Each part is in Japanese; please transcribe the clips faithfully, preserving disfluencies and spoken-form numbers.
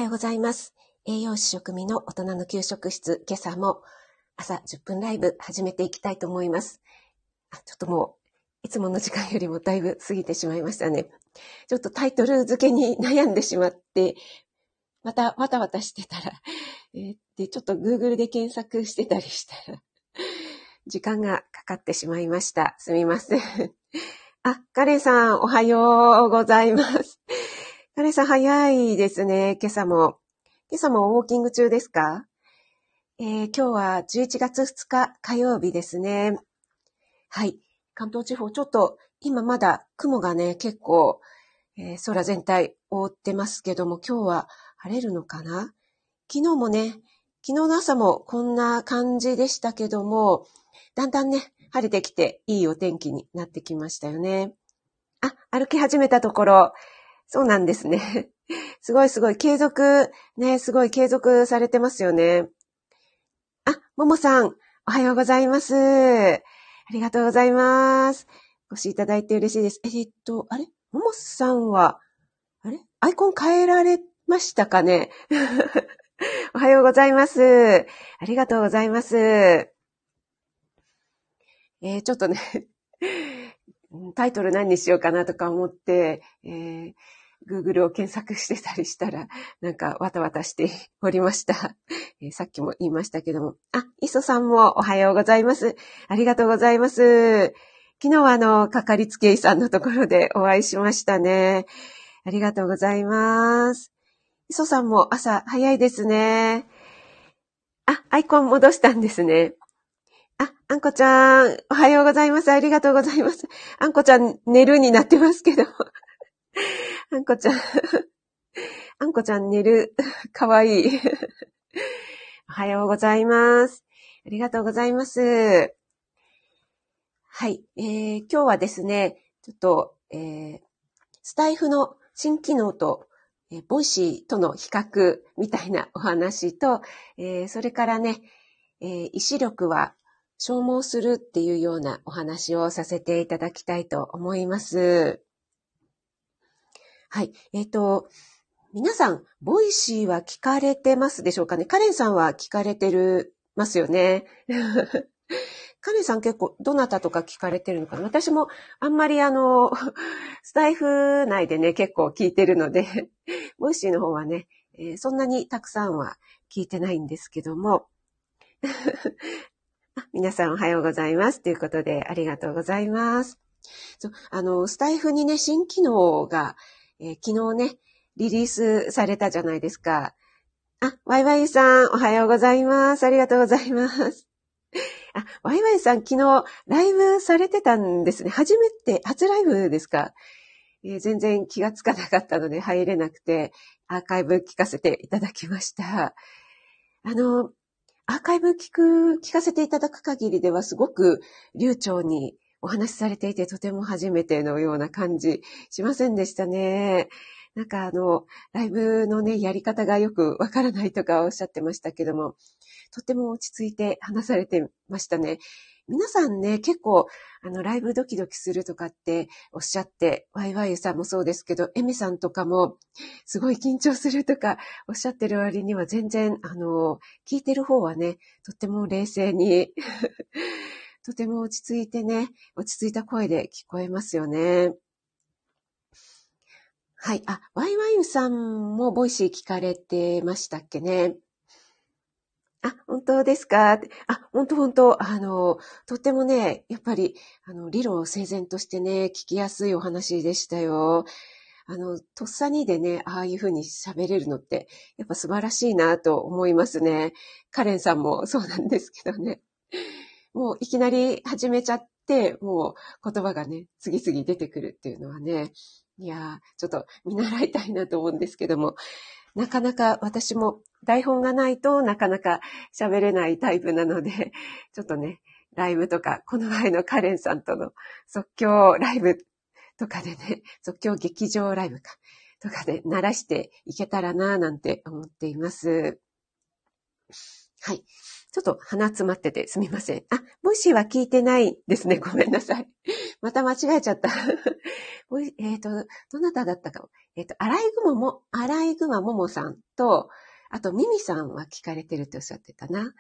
ようございます。栄養士食味の大人の給食室、今朝も朝じゅっぷんライブ始めていきたいと思います。あ、ちょっともういつもの時間よりもだいぶ過ぎてしまいましたね。ちょっとタイトル付けに悩んでしまって、またわたわたしてたら、えー、でちょっと Google で検索してたりしたら、時間がかかってしまいました。すみません。あ、カレンさん、おはようございます。カレンさん、早いですね、今朝も。今朝もウォーキング中ですか？えー、今日はじゅういちがつふつか火曜日ですね。はい。関東地方、ちょっと今まだ雲がね、結構、えー、空全体覆ってますけども、今日は晴れるのかな？昨日もね、昨日の朝もこんな感じでしたけども、だんだんね、晴れてきていいお天気になってきましたよね。あ、歩き始めたところ、そうなんですね。すごいすごい、継続、ね、すごい継続されてますよね。あ、ももさん、おはようございます。ありがとうございます。ご視聴いただいて嬉しいです。えっと、あれももさんは、あれアイコン変えられましたかね？おはようございます。ありがとうございます。えー、ちょっとね、タイトル何にしようかなとか思って、えー、Google を検索してたりしたら、なんかわたわたしておりました。えー、さっきも言いましたけども。あ、磯さんもおはようございます。ありがとうございます。昨日はあの、かかりつけ医さんのところでお会いしましたね。ありがとうございます。磯さんも朝早いですね。あ、アイコン戻したんですね。あ、あんこちゃん、おはようございます。ありがとうございます。あんこちゃん、寝るになってますけど。あんこちゃん、あんこちゃん寝る。かわいい。おはようございます。ありがとうございます。はい、えー、今日はですね、ちょっと、えー、スタイフの新機能と、えー、ボイシーとの比較みたいなお話と、えー、それからね、えー、意志力は消耗するっていうようなお話をさせていただきたいと思います。はい。えっと、皆さん、ボイシーは聞かれてますでしょうかね？カレンさんは聞かれてるますよね。カレンさん結構どなたとか聞かれてるのかな？私もあんまりあの、スタイフ内でね、結構聞いてるので、ボイシーの方はね、えー、そんなにたくさんは聞いてないんですけども、皆さんおはようございます。ということで、ありがとうございます。そう、あの、スタイフにね、新機能が、えー、昨日ね、リリースされたじゃないですか。あ、ワイワイさん、おはようございます。ありがとうございます。あ、ワイワイさん、昨日、ライブされてたんですね。初めて、初ライブですか？えー、全然気がつかなかったので入れなくて、アーカイブ聞かせていただきました。あの、アーカイブ聞く、聞かせていただく限りではすごく流暢にお話しされていてとても初めてのような感じしませんでしたね。なんかあの、ライブのね、やり方がよくわからないとかおっしゃってましたけども、とても落ち着いて話されてましたね。皆さんね、結構、あの、ライブドキドキするとかっておっしゃって、ワイワイさんもそうですけど、エミさんとかも、すごい緊張するとかおっしゃってる割には全然、あの、聞いてる方はね、とっても冷静に、とても落ち着いてね、落ち着いた声で聞こえますよね。はい。あ、ワイワイさんもボイシー聞かれてましたっけね。あ、本当ですか？あ、本当本当。あの、とってもね、やっぱり、あの、理路整然としてね、聞きやすいお話でしたよ。あの、とっさにでね、ああいうふうに喋れるのって、やっぱ素晴らしいなと思いますね。カレンさんもそうなんですけどね。もういきなり始めちゃって、もう言葉がね、次々出てくるっていうのはね、いやー、ちょっと見習いたいなと思うんですけども、なかなか私も台本がないとなかなか喋れないタイプなので、ちょっとね、ライブとか、この前のカレンさんとの即興ライブとかでね、即興劇場ライブか、とかで鳴らしていけたらなぁなんて思っています。 はい。ちょっと鼻詰まっててすみません。あ、ボイシーは聞いてないですね。ごめんなさい。また間違えちゃった。ボイえっ、と、どなただったか。えっ、と、アライグマも、アライグマももさんと、あと、ミミさんは聞かれてるっておっしゃってたな。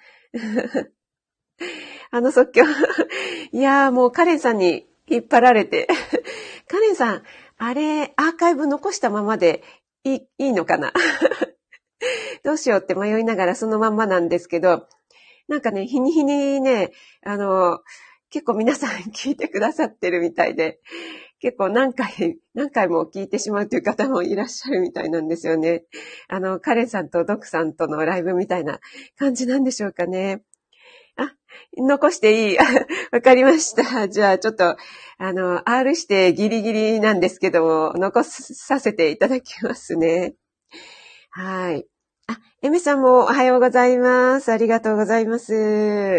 あの即興。いやーもうカレンさんに引っ張られて。カレンさん、あれ、アーカイブ残したままでいい、いいのかなどうしようって迷いながらそのまんまなんですけど、なんかね、日に日にね、あの、結構皆さん聞いてくださってるみたいで、結構何回、何回も聞いてしまうという方もいらっしゃるみたいなんですよね。あの、カレンさんとドクさんとのライブみたいな感じなんでしょうかね。あ、残していい。わかりました。じゃあ、ちょっと、あの、アール してギリギリなんですけども、残させていただきますね。はい。あ、エメさんもおはようございます。ありがとうございます。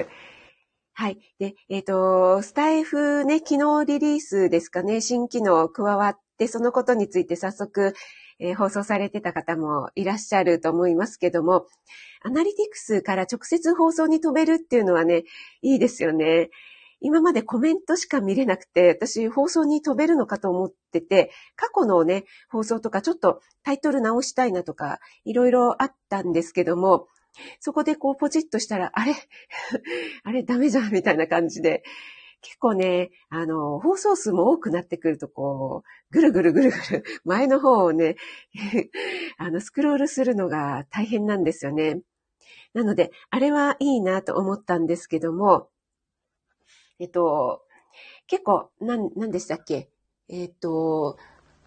はい。で、えっ、と、スタイフね、昨日リリースですかね、新機能加わって、そのことについて早速、えー放送されてた方もいらっしゃると思いますけども、アナリティクスから直接放送に飛べるっていうのはね、いいですよね。今までコメントしか見れなくて、私放送に飛べるのかと思ってて、過去のね、放送とかちょっとタイトル直したいなとか、いろいろあったんですけども、そこでこうポチッとしたら、あれあれダメじゃんみたいな感じで、結構ね、あの、放送数も多くなってくると、こう、ぐるぐるぐるぐる、前の方をね、あの、スクロールするのが大変なんですよね。なので、あれはいいなと思ったんですけども、えっと、結構、なん、なんでしたっけえっと、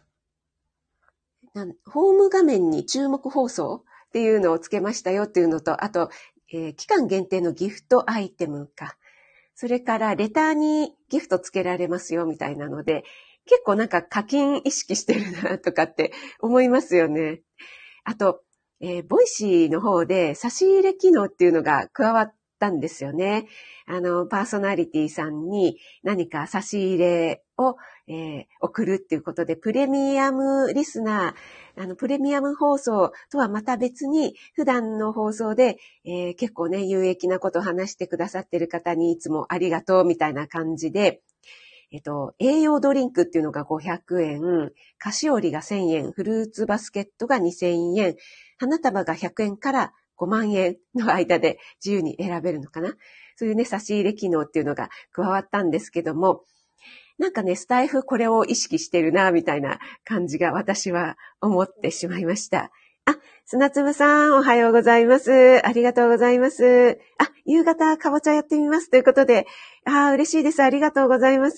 なんホーム画面に注目放送っていうのをつけましたよっていうのと、あと、えー期間限定のギフトアイテムか。それからレターにギフトつけられますよみたいなので、結構なんか課金意識してるなとかって思いますよね。あと、えー、ボイシーの方で差し入れ機能っていうのが加わったんですよね。あの、パーソナリティさんに何か差し入れを、えー送るっていうことで、プレミアムリスナー、あの、プレミアム放送とはまた別に、普段の放送で、えー結構ね、有益なことを話してくださってる方にいつもありがとうみたいな感じで、えっと、栄養ドリンクっていうのがごひゃくえん、菓子折りがせんえん、フルーツバスケットがにせんえん、花束がひゃくえんからごまんえんの間で自由に選べるのかな。そういうね、差し入れ機能っていうのが加わったんですけども、なんかね、スタイフこれを意識してるな、みたいな感じが私は思ってしまいました。あ、砂粒さん、おはようございます。ありがとうございます。あ、夕方、かぼちゃやってみます。ということで、あ、嬉しいです。ありがとうございます。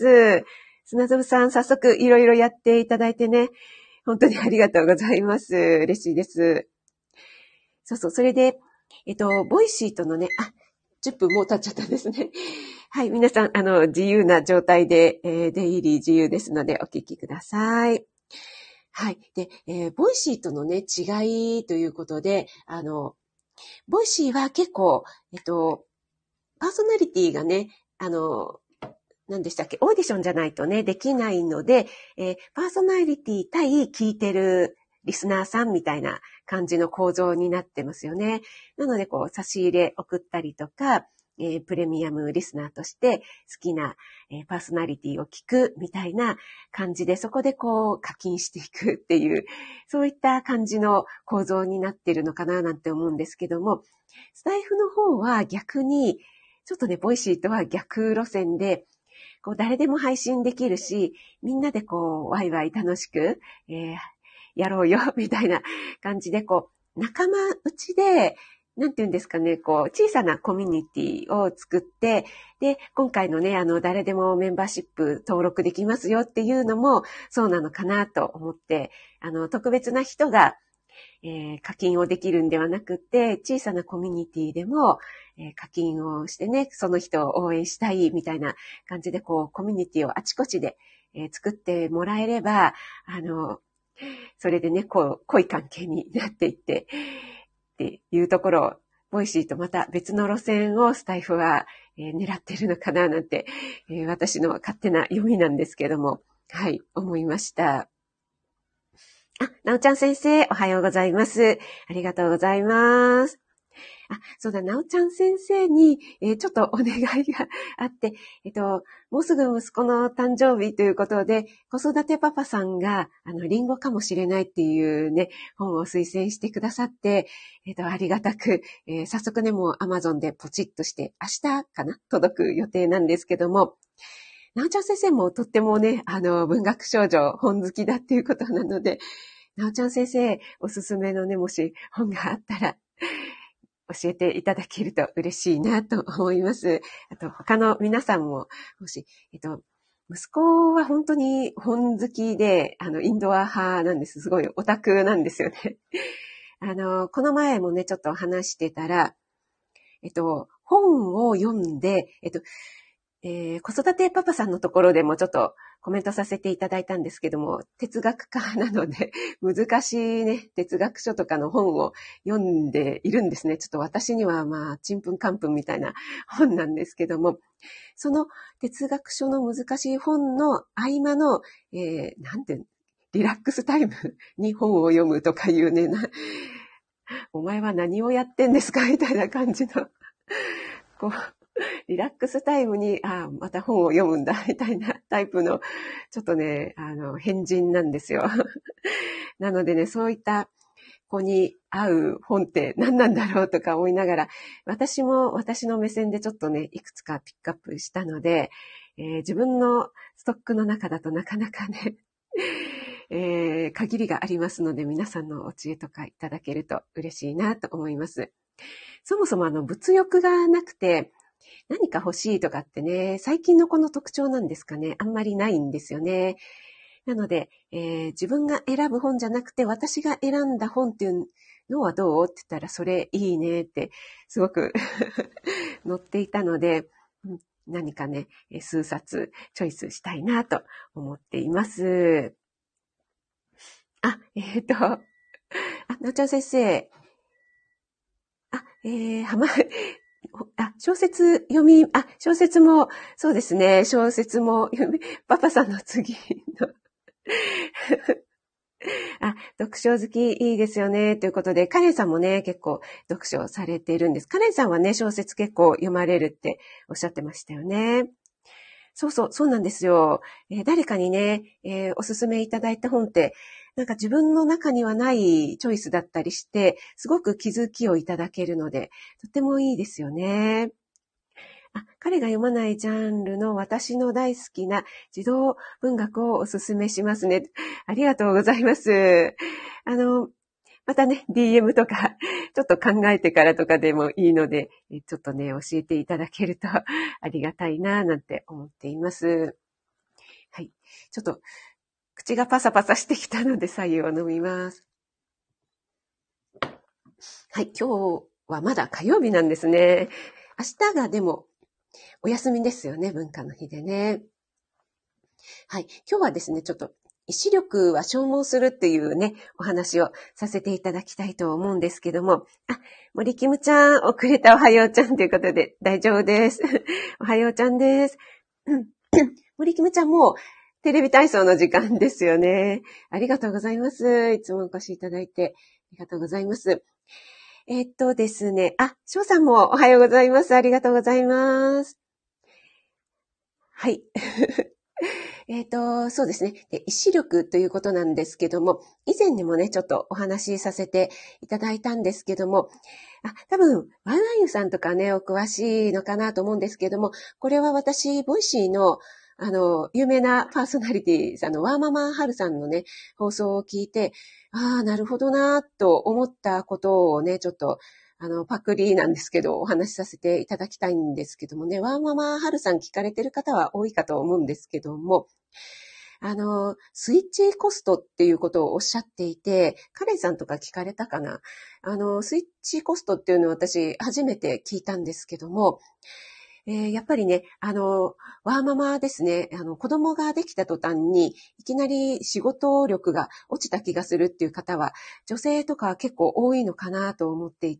砂粒さん、早速いろいろやっていただいてね、本当にありがとうございます。嬉しいです。そうそう、それで、えっと、ボイシーとのね、あ、じゅっぷんもう経っちゃったんですね。はい、皆さん、あの、自由な状態で、えー出入り自由ですので、お聞きください。はい。で、えーボイシーとのね、違いということで、あの、ボイシーは結構、えっと、パーソナリティがね、あの、何でしたっけ、オーディションじゃないとね、できないので、えーパーソナリティ対聞いてるリスナーさんみたいな感じの構造になってますよね。なので、こう、差し入れ送ったりとか、えープレミアムリスナーとして好きな、えーパーソナリティを聞くみたいな感じで、そこでこう課金していくっていう、そういった感じの構造になってるのかななんて思うんですけども、スタイフの方は逆に、ちょっとね、ボイシーとは逆路線で、こう誰でも配信できるし、みんなでこう、ワイワイ楽しく、えーやろうよ、みたいな感じで、こう、仲間内で、なんていうんですかね、こう、小さなコミュニティを作って、で、今回のね、あの、誰でもメンバーシップ登録できますよっていうのも、そうなのかなと思って、あの、特別な人が、えー課金をできるんではなくて、小さなコミュニティでも、えー課金をしてね、その人を応援したいみたいな感じで、こう、コミュニティをあちこちで、えー作ってもらえれば、あの、それでね、こう、濃い関係になっていって、っていうところを、ボイシーとまた別の路線をスタイフは、えー狙ってるのかななんて、えー私の勝手な読みなんですけども、はい、思いました。あ、なおちゃん先生、おはようございます。ありがとうございます。 あ、そうだ、なおちゃん先生に、えーちょっとお願いがあって、えっと、もうすぐ息子の誕生日ということで、子育てパパさんが、あの、リンゴかもしれないっていうね、本を推薦してくださって、えっと、ありがたく、えー早速ね、もう Amazon でポチッとして、明日かな届く予定なんですけども、なおちゃん先生もとってもね、あの、文学少女、本好きだっていうことなので、なおちゃん先生、おすすめのね、もし本があったら、教えていただけると嬉しいなと思います。あと、他の皆さんも、もし、えっと、息子は本当に本好きで、あの、インドア派なんです。すごいオタクなんですよね。あの、この前もね、ちょっと話してたら、えっと、本を読んで、えっと、えー子育てパパさんのところでもちょっとコメントさせていただいたんですけども、哲学家なので、難しいね、哲学書とかの本を読んでいるんですね。ちょっと私にはまあ、ちんぷんかんぷんみたいな本なんですけども、その哲学書の難しい本の合間の、えーなんて、リラックスタイムに本を読むとかいうね、なお前は何をやってんですかみたいな感じの、こう、リラックスタイムに、ああ、また本を読むんだ、みたいなタイプの、ちょっとね、あの、変人なんですよ。なのでね、そういった子に合う本って何なんだろうとか思いながら、私も私の目線でちょっとね、いくつかピックアップしたので、えー自分のストックの中だとなかなかね、えー限りがありますので、皆さんのお知恵とかいただけると嬉しいなと思います。そもそもあの、物欲がなくて、何か欲しいとかってね、最近のこの特徴なんですかね、あんまりないんですよね。なので、えー自分が選ぶ本じゃなくて、私が選んだ本っていうのはどうって言ったら、それいいねって、すごく載っていたので、うん何かね、え数冊チョイスしたいなと思っています。あ、えっ、と、あ、なおちゃん先生、あ、えー、はま、あ、小説読み、あ、小説も、そうですね、小説も読み、パパさんの次のあ、読書好きいいですよね。ということで、カレンさんもね、結構読書されているんです。カレンさんはね、小説結構読まれるっておっしゃってましたよね。そうそう、そうなんですよ。えー誰かにね、えーおすすめいただいた本って、なんか自分の中にはないチョイスだったりして、すごく気づきをいただけるので、とてもいいですよね。あ、彼が読まないジャンルの私の大好きな児童文学をおすすめしますね。ありがとうございます。あの、またね、ディーエム とか、ちょっと考えてからとかでもいいので、ちょっとね、教えていただけるとありがたいな、なんて思っています。はい。ちょっと、口がパサパサしてきたので、左右を飲みます。はい。今日はまだ火曜日なんですね。明日がでも、お休みですよね、文化の日でね。はい。今日はですね、ちょっと、意志力は消耗するっていうね、お話をさせていただきたいと思うんですけども、あ、森キムちゃん、遅れたおはようちゃんということで大丈夫です。おはようちゃんです。うん森キムちゃんもテレビ体操の時間ですよね。ありがとうございます。いつもお越しいただいてありがとうございます。えーっとですね、あ、翔さんもおはようございます。ありがとうございます。はい。えっと、そうですね。で、意志力ということなんですけども、以前にもね、ちょっとお話しさせていただいたんですけども、あ、多分、ワンアイユさんとかね、お詳しいのかなと思うんですけども、これは私、ボイシーの、あの、有名なパーソナリティさんのワーママハルさんのね、放送を聞いて、ああ、なるほどな、と思ったことをね、ちょっとあの、パクリなんですけど、お話しさせていただきたいんですけどもね、ワーママハルさん聞かれてる方は多いかと思うんですけども、あの、スイッチコストっていうことをおっしゃっていて、カレンさんとか聞かれたかな？あの、スイッチコストっていうのを私初めて聞いたんですけども、えーやっぱりね、あの、ワーママですね、あの、子供ができた途端に、いきなり仕事力が落ちた気がするっていう方は、女性とか結構多いのかなと思っていて、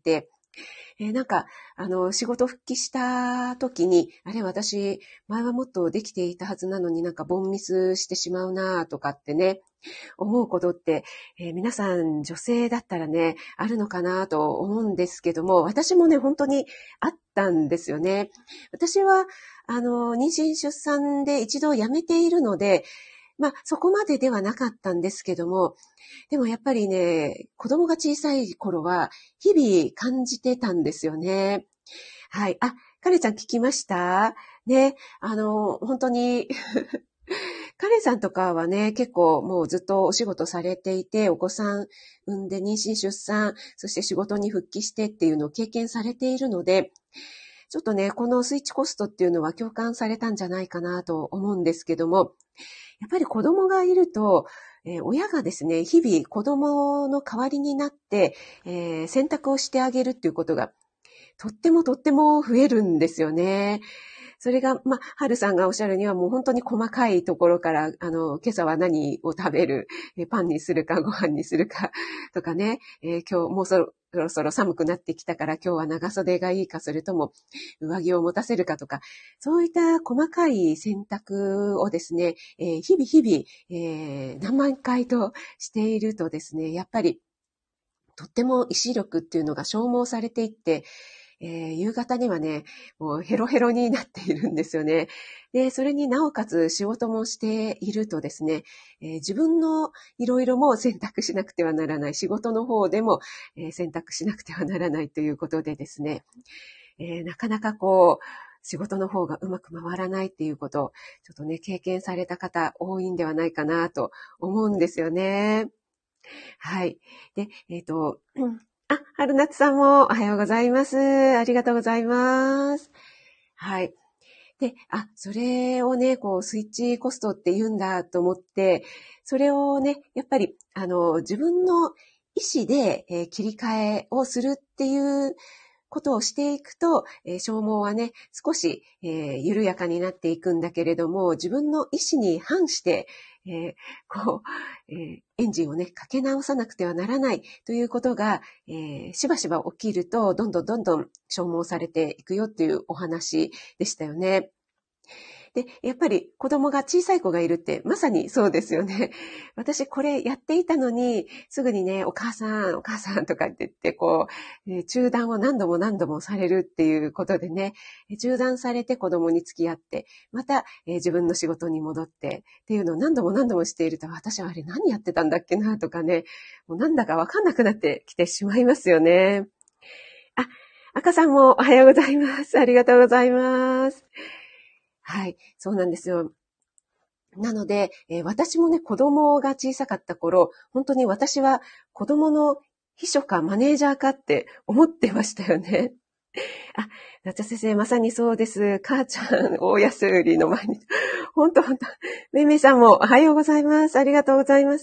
えーなんか、あの、仕事復帰した時に、あれ、私、前はもっとできていたはずなのになんかボンミスしてしまうなとかってね、思うことって、えー皆さん女性だったらね、あるのかなと思うんですけども、私もね、本当にあったんですよね。私は、あの、妊娠出産で一度辞めているので、まあ、そこまでではなかったんですけども、でもやっぱりね、子供が小さい頃は、日々感じてたんですよね。はい。あ、カレちゃん聞きましたね。あの、本当にカレンさんとかはね、結構もうずっとお仕事されていて、お子さん産んで妊娠出産、そして仕事に復帰してっていうのを経験されているので、ちょっとね、このスイッチコストっていうのは共感されたんじゃないかなと思うんですけども、やっぱり子供がいると、えー親がですね、日々子供の代わりになって、えー選択をしてあげるっていうことが、とってもとっても増えるんですよね。それが、まあ、はるさんがおっしゃるにはもう本当に細かいところから、あの、今朝は何を食べる、えパンにするかご飯にするかとかね、えー今日もうそろそろそろ寒くなってきたから今日は長袖がいいか、それとも上着を持たせるかとか、そういった細かい選択をですね、えー日々日々、えー何万回としているとですね、やっぱりとっても意志力っていうのが消耗されていって、えー夕方にはね、もうヘロヘロになっているんですよね。で、それになおかつ仕事もしているとですね、えー自分のいろいろも選択しなくてはならない、仕事の方でも、えー選択しなくてはならないということでですね、えーなかなかこう、仕事の方がうまく回らないっていうことを、ちょっとね、経験された方多いんではないかなと思うんですよね。はい。で、えっ、と、うんあ、春夏さんもおはようございます。ありがとうございます。はい。で、あ、それをね、こう、スイッチコストって言うんだと思って、それをね、やっぱり、あの、自分の意思で、えー切り替えをするっていうことをしていくと、えー消耗はね、少し、えー緩やかになっていくんだけれども、自分の意思に反して、えーこう、えーエンジンをね、かけ直さなくてはならないということが、えーしばしば起きると、どんどんどんどん消耗されていくよっていうお話でしたよね。で、やっぱり子供が小さい子がいるってまさにそうですよね。私これやっていたのに、すぐにね、お母さん、お母さんとかって言って、こう、えー中断を何度も何度もされるっていうことでね、中断されて子供に付き合って、また、えー自分の仕事に戻ってっていうのを何度も何度もしていると、私はあれ何やってたんだっけなとかね、もうなんだかわかんなくなってきてしまいますよね。あ、赤さんもおはようございます。ありがとうございます。はい、そうなんですよ。なので、えー私もね、子供が小さかった頃、本当に私は子供の秘書かマネージャーかって思ってましたよね。あ、夏先生、まさにそうです。母ちゃん、大安売りの前に。本当本当。めいめいさんもおはようございます。ありがとうございます。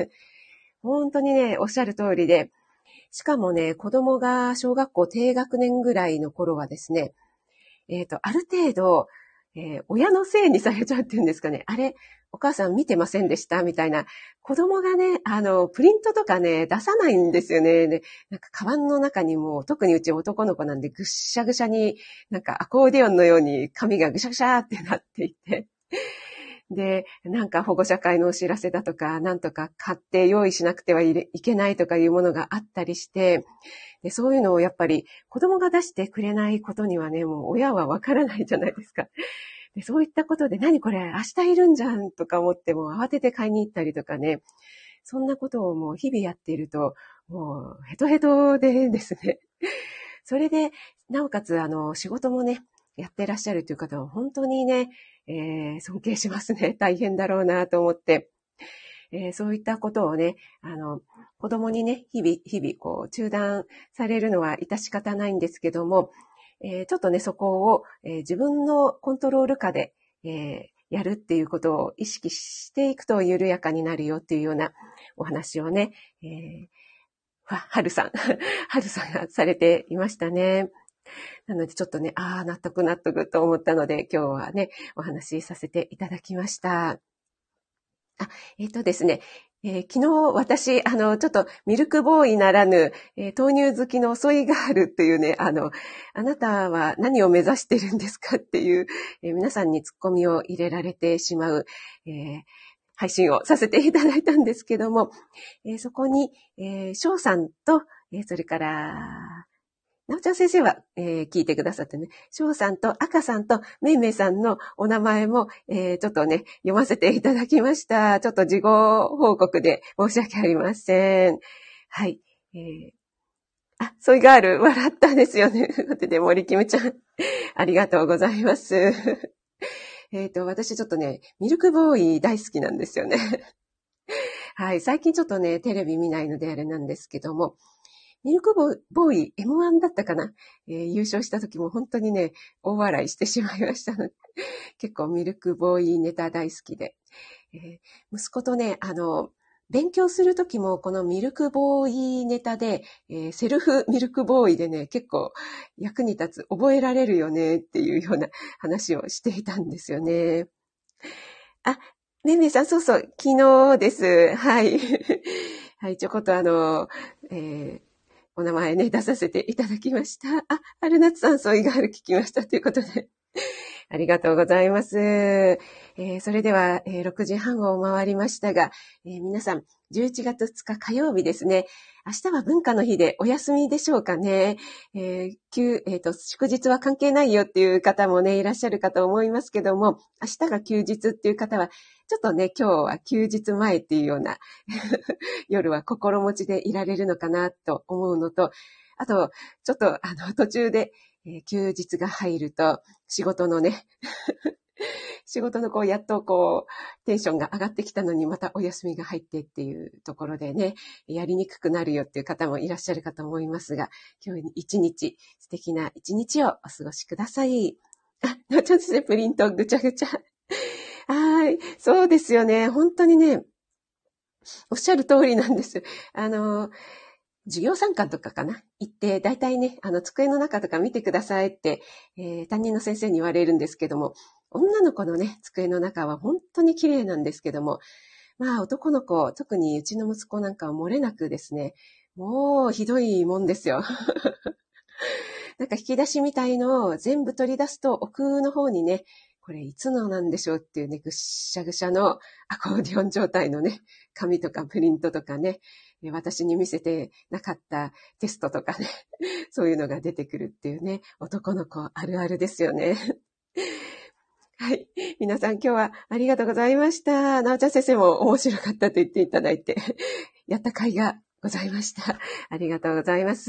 本当にね、おっしゃる通りで、しかもね、子供が小学校低学年ぐらいの頃はですね、えっと、ある程度、えー親のせいにされちゃうっていうんですかね。あれ、お母さん見てませんでしたみたいな。子供がね、あの、プリントとかね、出さないんですよね。で、なんか、カバンの中にも、特にうち男の子なんで、ぐっしゃぐしゃに、なんか、アコーディオンのように紙がぐしゃぐしゃってなっていて。で、なんか保護者会のお知らせだとか、なんとか買って用意しなくてはいれいけないとかいうものがあったりして、でそういうのをやっぱり子供が出してくれないことにはね、もう親はわからないじゃないですか。でそういったことで、何これ、明日いるんじゃんとか思っても慌てて買いに行ったりとかね、そんなことをもう日々やっていると、もうヘトヘトでですね。それで、なおかつ、あの、仕事もね、やってらっしゃるという方は本当にね、えー尊敬しますね。大変だろうなと思って。えーそういったことをね、あの、子供にね、日々、日々、こう、中断されるのは致し方ないんですけども、えーちょっとね、そこを、えー自分のコントロール下で、えーやるっていうことを意識していくと緩やかになるよっていうようなお話をね、えーは、はるさん、はるさんがされていましたね。なのでちょっとね、ああ、納得納得と思ったので、今日はね、お話しさせていただきました。あ、えっとですね、 えー昨日私、あの、ちょっとミルクボーイならぬ、えー豆乳好きのソイガールっていうね、あの、あなたは何を目指してるんですかっていう、えー皆さんにツッコミを入れられてしまう、えー配信をさせていただいたんですけども、えーそこに、えー、翔さんと、えーそれから、なおちゃん先生は、えー聞いてくださってね、翔さんと赤さんとめいめいさんのお名前も、えーちょっとね、読ませていただきました。ちょっと事後報告で申し訳ありません。はい。えーあ、ソイガール、笑ったんですよね。ということで、森キムちゃん、ありがとうございます。えっと、私ちょっとね、ミルクボーイ大好きなんですよね。はい。最近ちょっとね、テレビ見ないのであれなんですけども、ミルクボーイ エムワン だったかな、えー優勝した時も本当にね、大笑いしてしまいましたので、結構ミルクボーイネタ大好きで、えー息子とね、あの、勉強する時もこのミルクボーイネタで、えーセルフミルクボーイでね、結構役に立つ、覚えられるよねっていうような話をしていたんですよね。あ、めいめいさん、そうそう、昨日です。はい。はい、ちょこっとあの、えーお名前ね、出させていただきました。あ、春夏さん、そう意外と聞きましたということで。ありがとうございます。えーそれでは、えーろくじはんを回りましたが、えー皆さん、じゅういちがつつか火曜日ですね。明日は文化の日でお休みでしょうかね。えー休えーと、祝日は関係ないよっていう方もね、いらっしゃるかと思いますけども、明日が休日っていう方は、ちょっとね、今日は休日前っていうような夜は心持ちでいられるのかなと思うのと、あと、ちょっとあの途中で、えー休日が入ると、仕事のね、仕事のこう、やっとこう、テンションが上がってきたのにまたお休みが入ってっていうところでね、やりにくくなるよっていう方もいらっしゃるかと思いますが、今日一日、素敵な一日をお過ごしください。あ、ちょっとですね、プリントぐちゃぐちゃ。はい。そうですよね。本当にね、おっしゃる通りなんです。あの、授業参観とかかな行って、だいたいね、あの、机の中とか見てくださいって、えー担任の先生に言われるんですけども、女の子のね、机の中は本当に綺麗なんですけども、まあ男の子、特にうちの息子なんかは漏れなくですね、もうひどいもんですよ。なんか引き出しみたいのを全部取り出すと奥の方にね、これいつのなんでしょうっていうね、ぐっしゃぐしゃのアコーディオン状態のね、紙とかプリントとかね、私に見せてなかったテストとかね、そういうのが出てくるっていうね、男の子あるあるですよね。はい。皆さん今日はありがとうございました。なおちゃん先生も面白かったと言っていただいて、やった甲斐がございました。ありがとうございます。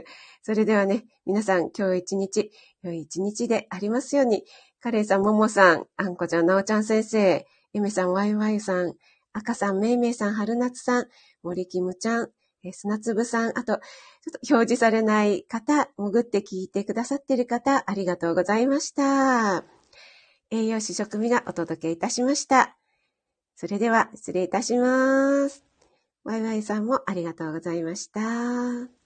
それではね、皆さん今日一日、良い一日でありますように、カレイさん、ももさん、あんこちゃん、なおちゃん先生、エメさん、ワイワイさん、赤さん、めいめいさん、春夏さん、森キムちゃん、え砂粒さん、あと、ちょっと表示されない方、潜って聞いてくださっている方、ありがとうございました。栄養士食味がお届けいたしました。それでは失礼いたします。ワイワイさんもありがとうございました。